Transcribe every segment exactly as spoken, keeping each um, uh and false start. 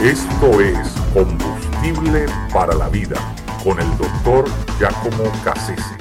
Esto es Combustible para la Vida con el doctor Giacomo Cassese.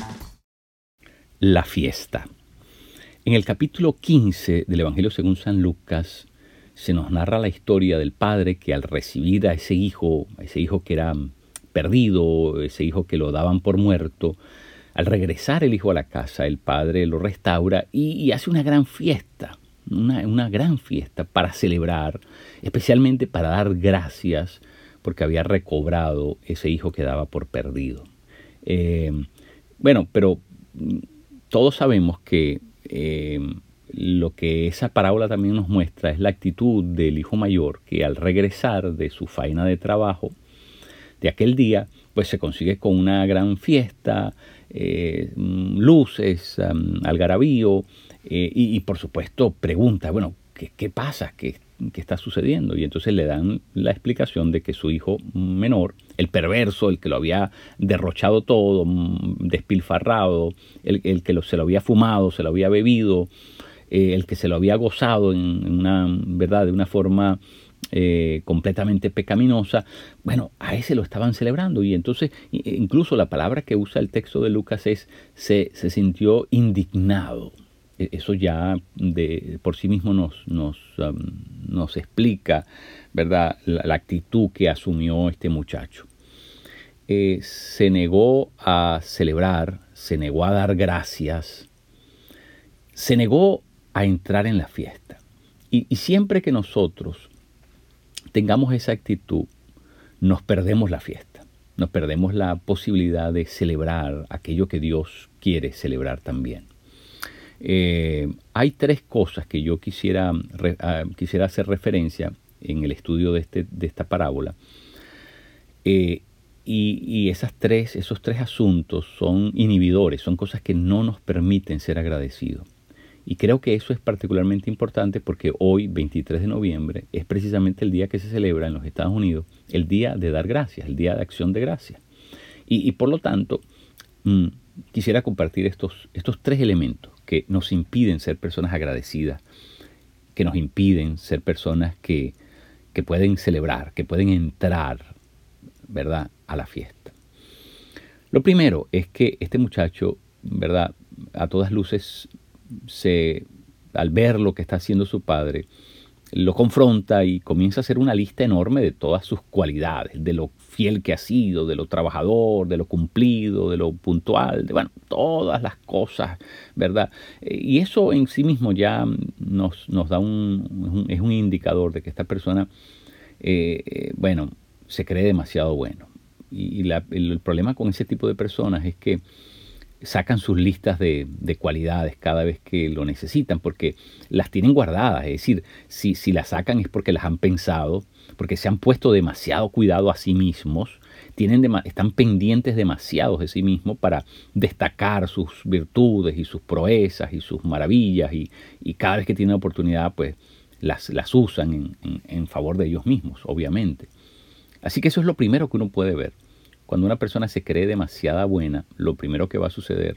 La fiesta. En el capítulo quince del Evangelio según San Lucas se nos narra la historia del padre que al recibir a ese hijo, a ese hijo que era perdido, ese hijo que lo daban por muerto, al regresar el hijo a la casa, el padre lo restaura y, y hace una gran fiesta, una, una gran fiesta para celebrar, especialmente para dar gracias porque había recobrado ese hijo que daba por perdido. Eh, bueno, pero todos sabemos que eh, lo que esa parábola también nos muestra es la actitud del hijo mayor que al regresar de su faena de trabajo de aquel día, pues se consigue con una gran fiesta, eh, luces, um, algarabío, eh, y, y por supuesto pregunta, bueno, ¿qué, qué pasa? ¿Qué, ¿Qué está sucediendo? Y entonces le dan la explicación de que su hijo menor, el perverso, el que lo había derrochado todo, despilfarrado, el, el que lo, se lo había fumado, se lo había bebido, eh, el que se lo había gozado en, en una, ¿verdad? de una forma Eh, completamente pecaminosa, bueno, a ese lo estaban celebrando y entonces incluso la palabra que usa el texto de Lucas es se, se sintió indignado. Eso ya de por sí mismo nos, nos, um, nos explica, ¿verdad?, la, la actitud que asumió este muchacho. Eh, se negó a celebrar, se negó a dar gracias, se negó a entrar en la fiesta. Y, y siempre que nosotros tengamos esa actitud, nos perdemos la fiesta, nos perdemos la posibilidad de celebrar aquello que Dios quiere celebrar también. Eh, hay tres cosas que yo quisiera, re, uh, quisiera hacer referencia en el estudio de, este, de esta parábola. Eh, y, y esas tres, esos tres asuntos son inhibidores, son cosas que no nos permiten ser agradecidos. Y creo que eso es particularmente importante porque hoy, veintitrés de noviembre, es precisamente el día que se celebra en los Estados Unidos, el día de dar gracias, el día de acción de gracias. Y, y por lo tanto, mmm, quisiera compartir estos, estos tres elementos que nos impiden ser personas agradecidas, que nos impiden ser personas que, que pueden celebrar, que pueden entrar, ¿verdad?, a la fiesta. Lo primero es que este muchacho, ¿verdad?, a todas luces, Se, al ver lo que está haciendo su padre, lo confronta y comienza a hacer una lista enorme de todas sus cualidades, de lo fiel que ha sido, de lo trabajador, de lo cumplido, de lo puntual, de bueno, todas las cosas, ¿verdad? Y eso en sí mismo ya nos, nos da un, es un indicador de que esta persona, eh, bueno, se cree demasiado bueno. Y la, el, el problema con ese tipo de personas es que sacan sus listas de, de cualidades cada vez que lo necesitan, porque las tienen guardadas. Es decir, si, si las sacan es porque las han pensado, porque se han puesto demasiado cuidado a sí mismos, tienen de, están pendientes demasiado de sí mismos para destacar sus virtudes y sus proezas y sus maravillas, y, y cada vez que tienen oportunidad, pues las, las usan en, en, en favor de ellos mismos, obviamente. Así que eso es lo primero que uno puede ver. Cuando una persona se cree demasiado buena, lo primero que va a suceder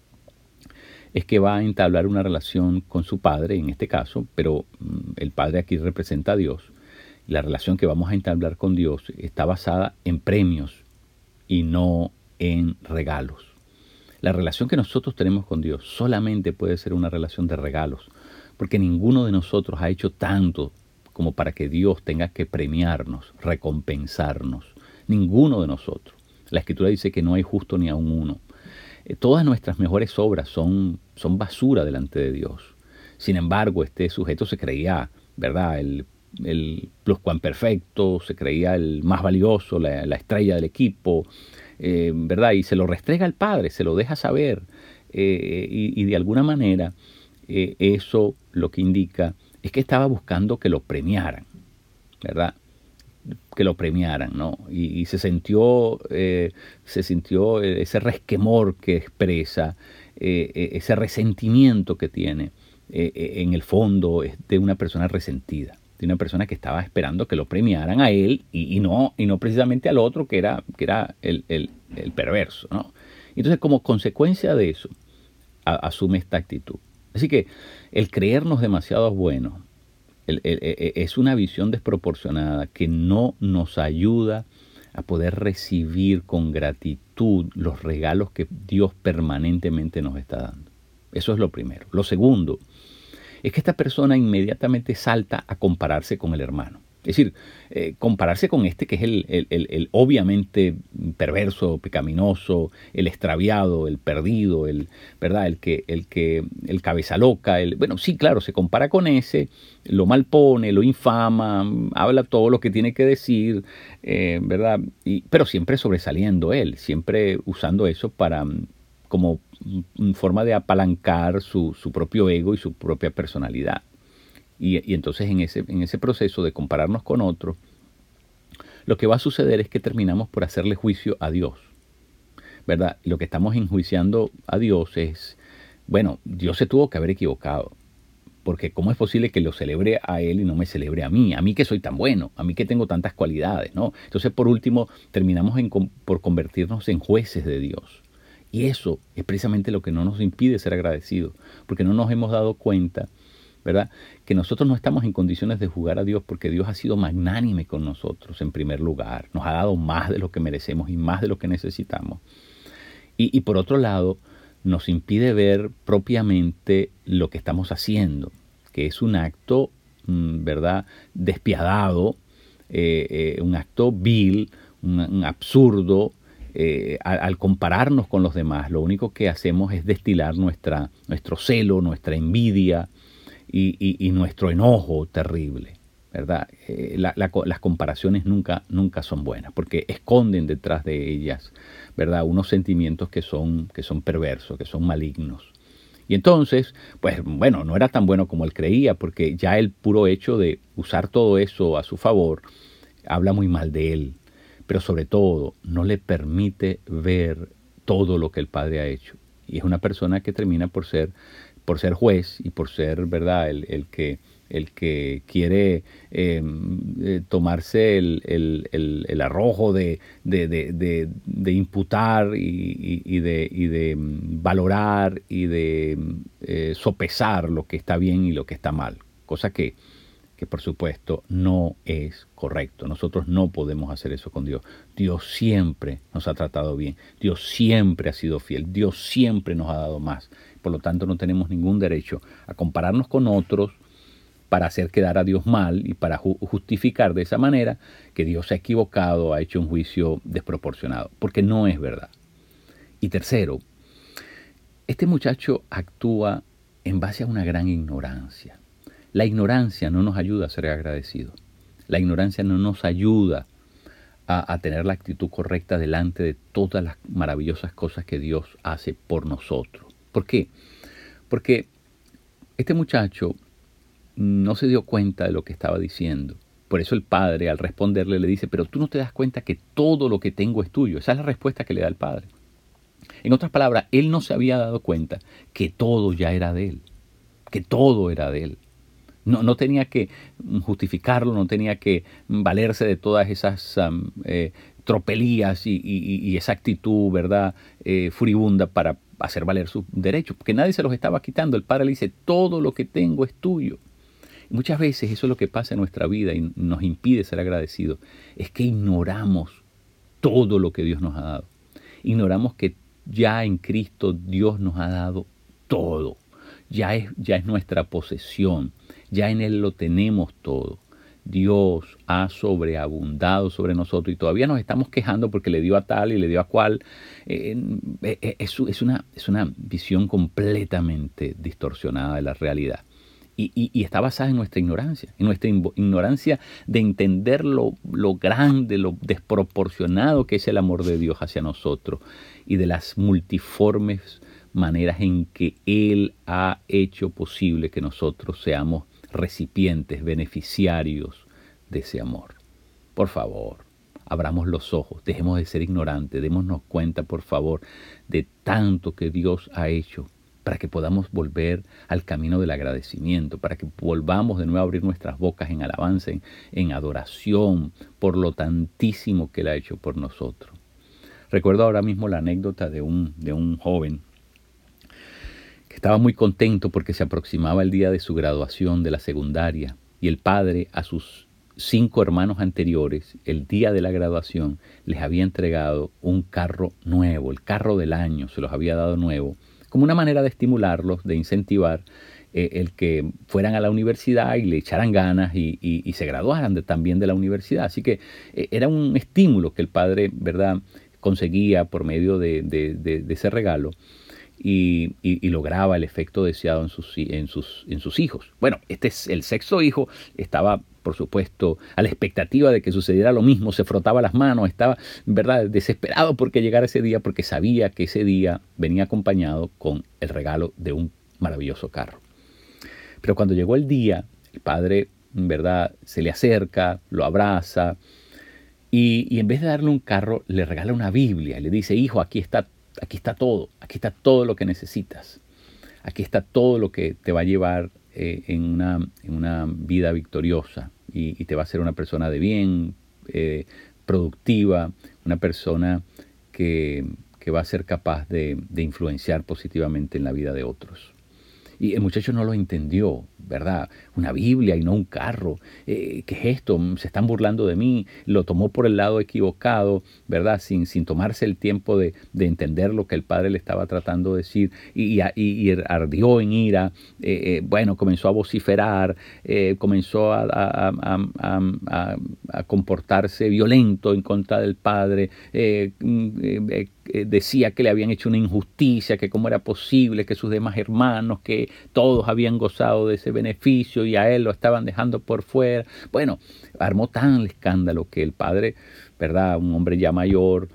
es que va a entablar una relación con su padre, en este caso, pero el padre aquí representa a Dios. La relación que vamos a entablar con Dios está basada en premios y no en regalos. La relación que nosotros tenemos con Dios solamente puede ser una relación de regalos, porque ninguno de nosotros ha hecho tanto como para que Dios tenga que premiarnos, recompensarnos. Ninguno de nosotros. La Escritura dice que no hay justo ni aun uno. Eh, todas nuestras mejores obras son, son basura delante de Dios. Sin embargo, este sujeto se creía, ¿verdad?, el, el pluscuamperfecto, se creía el más valioso, la, la estrella del equipo, eh, ¿verdad? Y se lo restrega al Padre, se lo deja saber. Eh, y, y de alguna manera, eh, eso lo que indica es que estaba buscando que lo premiaran, ¿verdad?, que lo premiaran, ¿no? Y, y se sintió, eh, se sintió ese resquemor que expresa, eh, ese resentimiento que tiene, eh, en el fondo es de una persona resentida, de una persona que estaba esperando que lo premiaran a él y, y, no, y no precisamente al otro que era, que era el, el, el perverso, ¿no? Entonces, como consecuencia de eso, a, asume esta actitud. Así que el creernos demasiado buenos El- el- el- es una visión desproporcionada que no nos ayuda a poder recibir con gratitud los regalos que Dios permanentemente nos está dando. Eso es lo primero. Lo segundo es que esta persona inmediatamente salta a compararse con el hermano. Es decir, eh, compararse con este que es el, el, el, el obviamente perverso, pecaminoso, el extraviado, el perdido, el, ¿verdad? El que, el que, el cabeza loca, el, bueno, sí, claro, se compara con ese, lo malpone, lo infama, habla todo lo que tiene que decir, eh, ¿verdad? Y, pero siempre sobresaliendo él, siempre usando eso para, como forma de apalancar su, su propio ego y su propia personalidad. Y, y entonces en ese, en ese proceso de compararnos con otro, lo que va a suceder es que terminamos por hacerle juicio a Dios, ¿verdad? Lo que estamos enjuiciando a Dios es, bueno, Dios se tuvo que haber equivocado, porque ¿cómo es posible que lo celebre a Él y no me celebre a mí? A mí que soy tan bueno, a mí que tengo tantas cualidades, ¿no? Entonces, por último, terminamos en, por convertirnos en jueces de Dios. Y eso es precisamente lo que no nos impide ser agradecidos, porque no nos hemos dado cuenta, ¿verdad?, que nosotros no estamos en condiciones de juzgar a Dios porque Dios ha sido magnánime con nosotros en primer lugar. Nos ha dado más de lo que merecemos y más de lo que necesitamos. Y, y por otro lado, nos impide ver propiamente lo que estamos haciendo, que es un acto, ¿verdad?, despiadado, eh, eh, un acto vil, un, un absurdo. Eh, al, al compararnos con los demás, lo único que hacemos es destilar nuestra, nuestro celo, nuestra envidia, Y, y, y nuestro enojo terrible, ¿verdad? Eh, la, la, las comparaciones nunca, nunca son buenas, porque esconden detrás de ellas, ¿verdad?, unos sentimientos que son, que son perversos, que son malignos. Y entonces, pues bueno, no era tan bueno como él creía, porque ya el puro hecho de usar todo eso a su favor habla muy mal de él, pero sobre todo no le permite ver todo lo que el Padre ha hecho. Y es una persona que termina por ser por ser juez y por ser, ¿verdad?, el, el, que, el que quiere eh, eh, tomarse el, el, el, el arrojo de, de, de, de, de imputar y, y, de, y de valorar y de eh, sopesar lo que está bien y lo que está mal, cosa que, que por supuesto no es correcto. Nosotros no podemos hacer eso con Dios. Dios siempre nos ha tratado bien, Dios siempre ha sido fiel, Dios siempre nos ha dado más. Por lo tanto, no tenemos ningún derecho a compararnos con otros para hacer quedar a Dios mal y para ju- justificar de esa manera que Dios se ha equivocado, ha hecho un juicio desproporcionado, porque no es verdad. Y tercero, este muchacho actúa en base a una gran ignorancia. La ignorancia no nos ayuda a ser agradecidos. La ignorancia no nos ayuda a, a tener la actitud correcta delante de todas las maravillosas cosas que Dios hace por nosotros. ¿Por qué? Porque este muchacho no se dio cuenta de lo que estaba diciendo. Por eso el padre, al responderle, le dice, pero tú no te das cuenta que todo lo que tengo es tuyo. Esa es la respuesta que le da el padre. En otras palabras, él no se había dado cuenta que todo ya era de él, que todo era de él. No, no tenía que justificarlo, no tenía que valerse de todas esas um, eh, tropelías y, y, y esa actitud, ¿verdad?, eh, furibunda para hacer valer sus derechos, porque nadie se los estaba quitando. El padre le dice, todo lo que tengo es tuyo. Y muchas veces eso es lo que pasa en nuestra vida y nos impide ser agradecidos, es que ignoramos todo lo que Dios nos ha dado. Ignoramos que ya en Cristo Dios nos ha dado todo. Ya es, ya es nuestra posesión, ya en Él lo tenemos todo. Dios ha sobreabundado sobre nosotros y todavía nos estamos quejando porque le dio a tal y le dio a cual. Eh, eh, es, es, una, es una visión completamente distorsionada de la realidad. Y, y, y está basada en nuestra ignorancia, en nuestra ignorancia de entender lo, lo grande, lo desproporcionado que es el amor de Dios hacia nosotros y de las multiformes maneras en que Él ha hecho posible que nosotros seamos recipientes, beneficiarios de ese amor. Por favor, abramos los ojos, dejemos de ser ignorantes, démonos cuenta, por favor, de tanto que Dios ha hecho para que podamos volver al camino del agradecimiento, para que volvamos de nuevo a abrir nuestras bocas en alabanza, en, en adoración, por lo tantísimo que Él ha hecho por nosotros. Recuerdo ahora mismo la anécdota de un, de un joven que estaba muy contento porque se aproximaba el día de su graduación de la secundaria y el padre a sus cinco hermanos anteriores, el día de la graduación, les había entregado un carro nuevo, el carro del año, se los había dado nuevo, como una manera de estimularlos, de incentivar eh, el que fueran a la universidad y le echaran ganas y, y, y se graduaran de, también de la universidad. Así que eh, era un estímulo que el padre, ¿verdad?, conseguía por medio de, de, de, de ese regalo. Y, y, y lograba el efecto deseado en sus, en, sus, en sus hijos. Bueno, este es el sexto hijo, estaba, por supuesto, a la expectativa de que sucediera lo mismo, se frotaba las manos, estaba, ¿verdad?, desesperado porque llegara ese día, porque sabía que ese día venía acompañado con el regalo de un maravilloso carro. Pero cuando llegó el día, el padre, ¿verdad?, se le acerca, lo abraza, y, y en vez de darle un carro, le regala una Biblia, y le dice: hijo, aquí está Aquí está todo, aquí está todo lo que necesitas. Aquí está todo lo que te va a llevar eh, en, una, en una vida victoriosa y, y te va a hacer una persona de bien, eh, productiva, una persona que, que va a ser capaz de, de influenciar positivamente en la vida de otros. Y el muchacho no lo entendió, ¿verdad? Una Biblia y no un carro. Eh, ¿Qué es esto? Se están burlando de mí. Lo tomó por el lado equivocado, ¿verdad? Sin, sin tomarse el tiempo de, de entender lo que el padre le estaba tratando de decir. Y, y, y ardió en ira. Eh, eh, bueno, comenzó a vociferar. Eh, comenzó a, a, a, a, a, a comportarse violento en contra del padre. Eh, eh, eh, decía que le habían hecho una injusticia, que cómo era posible que sus demás hermanos, que todos habían gozado de ese beneficio y a él lo estaban dejando por fuera. Bueno, armó tan el escándalo que el padre, ¿verdad?, un hombre ya mayor,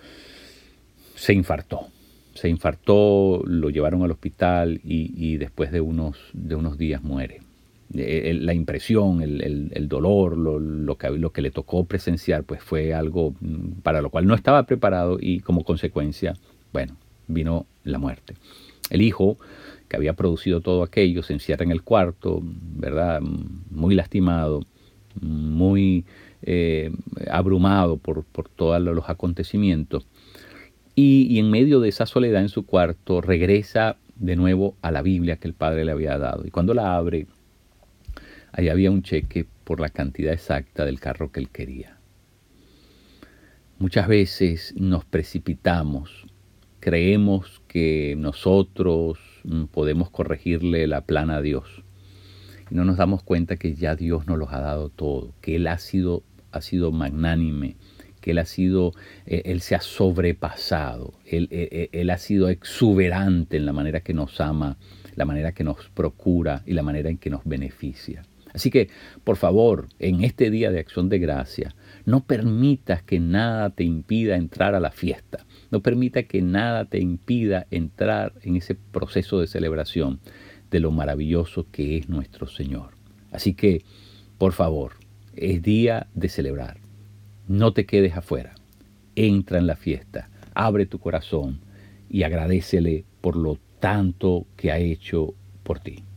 se infartó. Se infartó, lo llevaron al hospital y, y después de unos, de unos días muere. El, la impresión, el, el, el dolor, lo, lo, que, lo que le tocó presenciar, pues fue algo para lo cual no estaba preparado y como consecuencia, bueno, vino la muerte. El hijo, que había producido todo aquello, se encierra en el cuarto, ¿verdad?, muy lastimado, muy eh, abrumado por, por todos los acontecimientos. Y, y en medio de esa soledad en su cuarto, regresa de nuevo a la Biblia que el padre le había dado. Y cuando la abre, ahí había un cheque por la cantidad exacta del carro que él quería. Muchas veces nos precipitamos, creemos que nosotros podemos corregirle la plana a Dios. Y no nos damos cuenta que ya Dios nos los ha dado todo, que Él ha sido, ha sido magnánime, que Él ha sido, eh, Él se ha sobrepasado, él, él, él ha sido exuberante en la manera que nos ama, la manera que nos procura y la manera en que nos beneficia. Así que, por favor, en este día de acción de gracia, no permitas que nada te impida entrar a la fiesta. No permita que nada te impida entrar en ese proceso de celebración de lo maravilloso que es nuestro Señor. Así que, por favor, es día de celebrar. No te quedes afuera. Entra en la fiesta, abre tu corazón y agradécele por lo tanto que ha hecho por ti.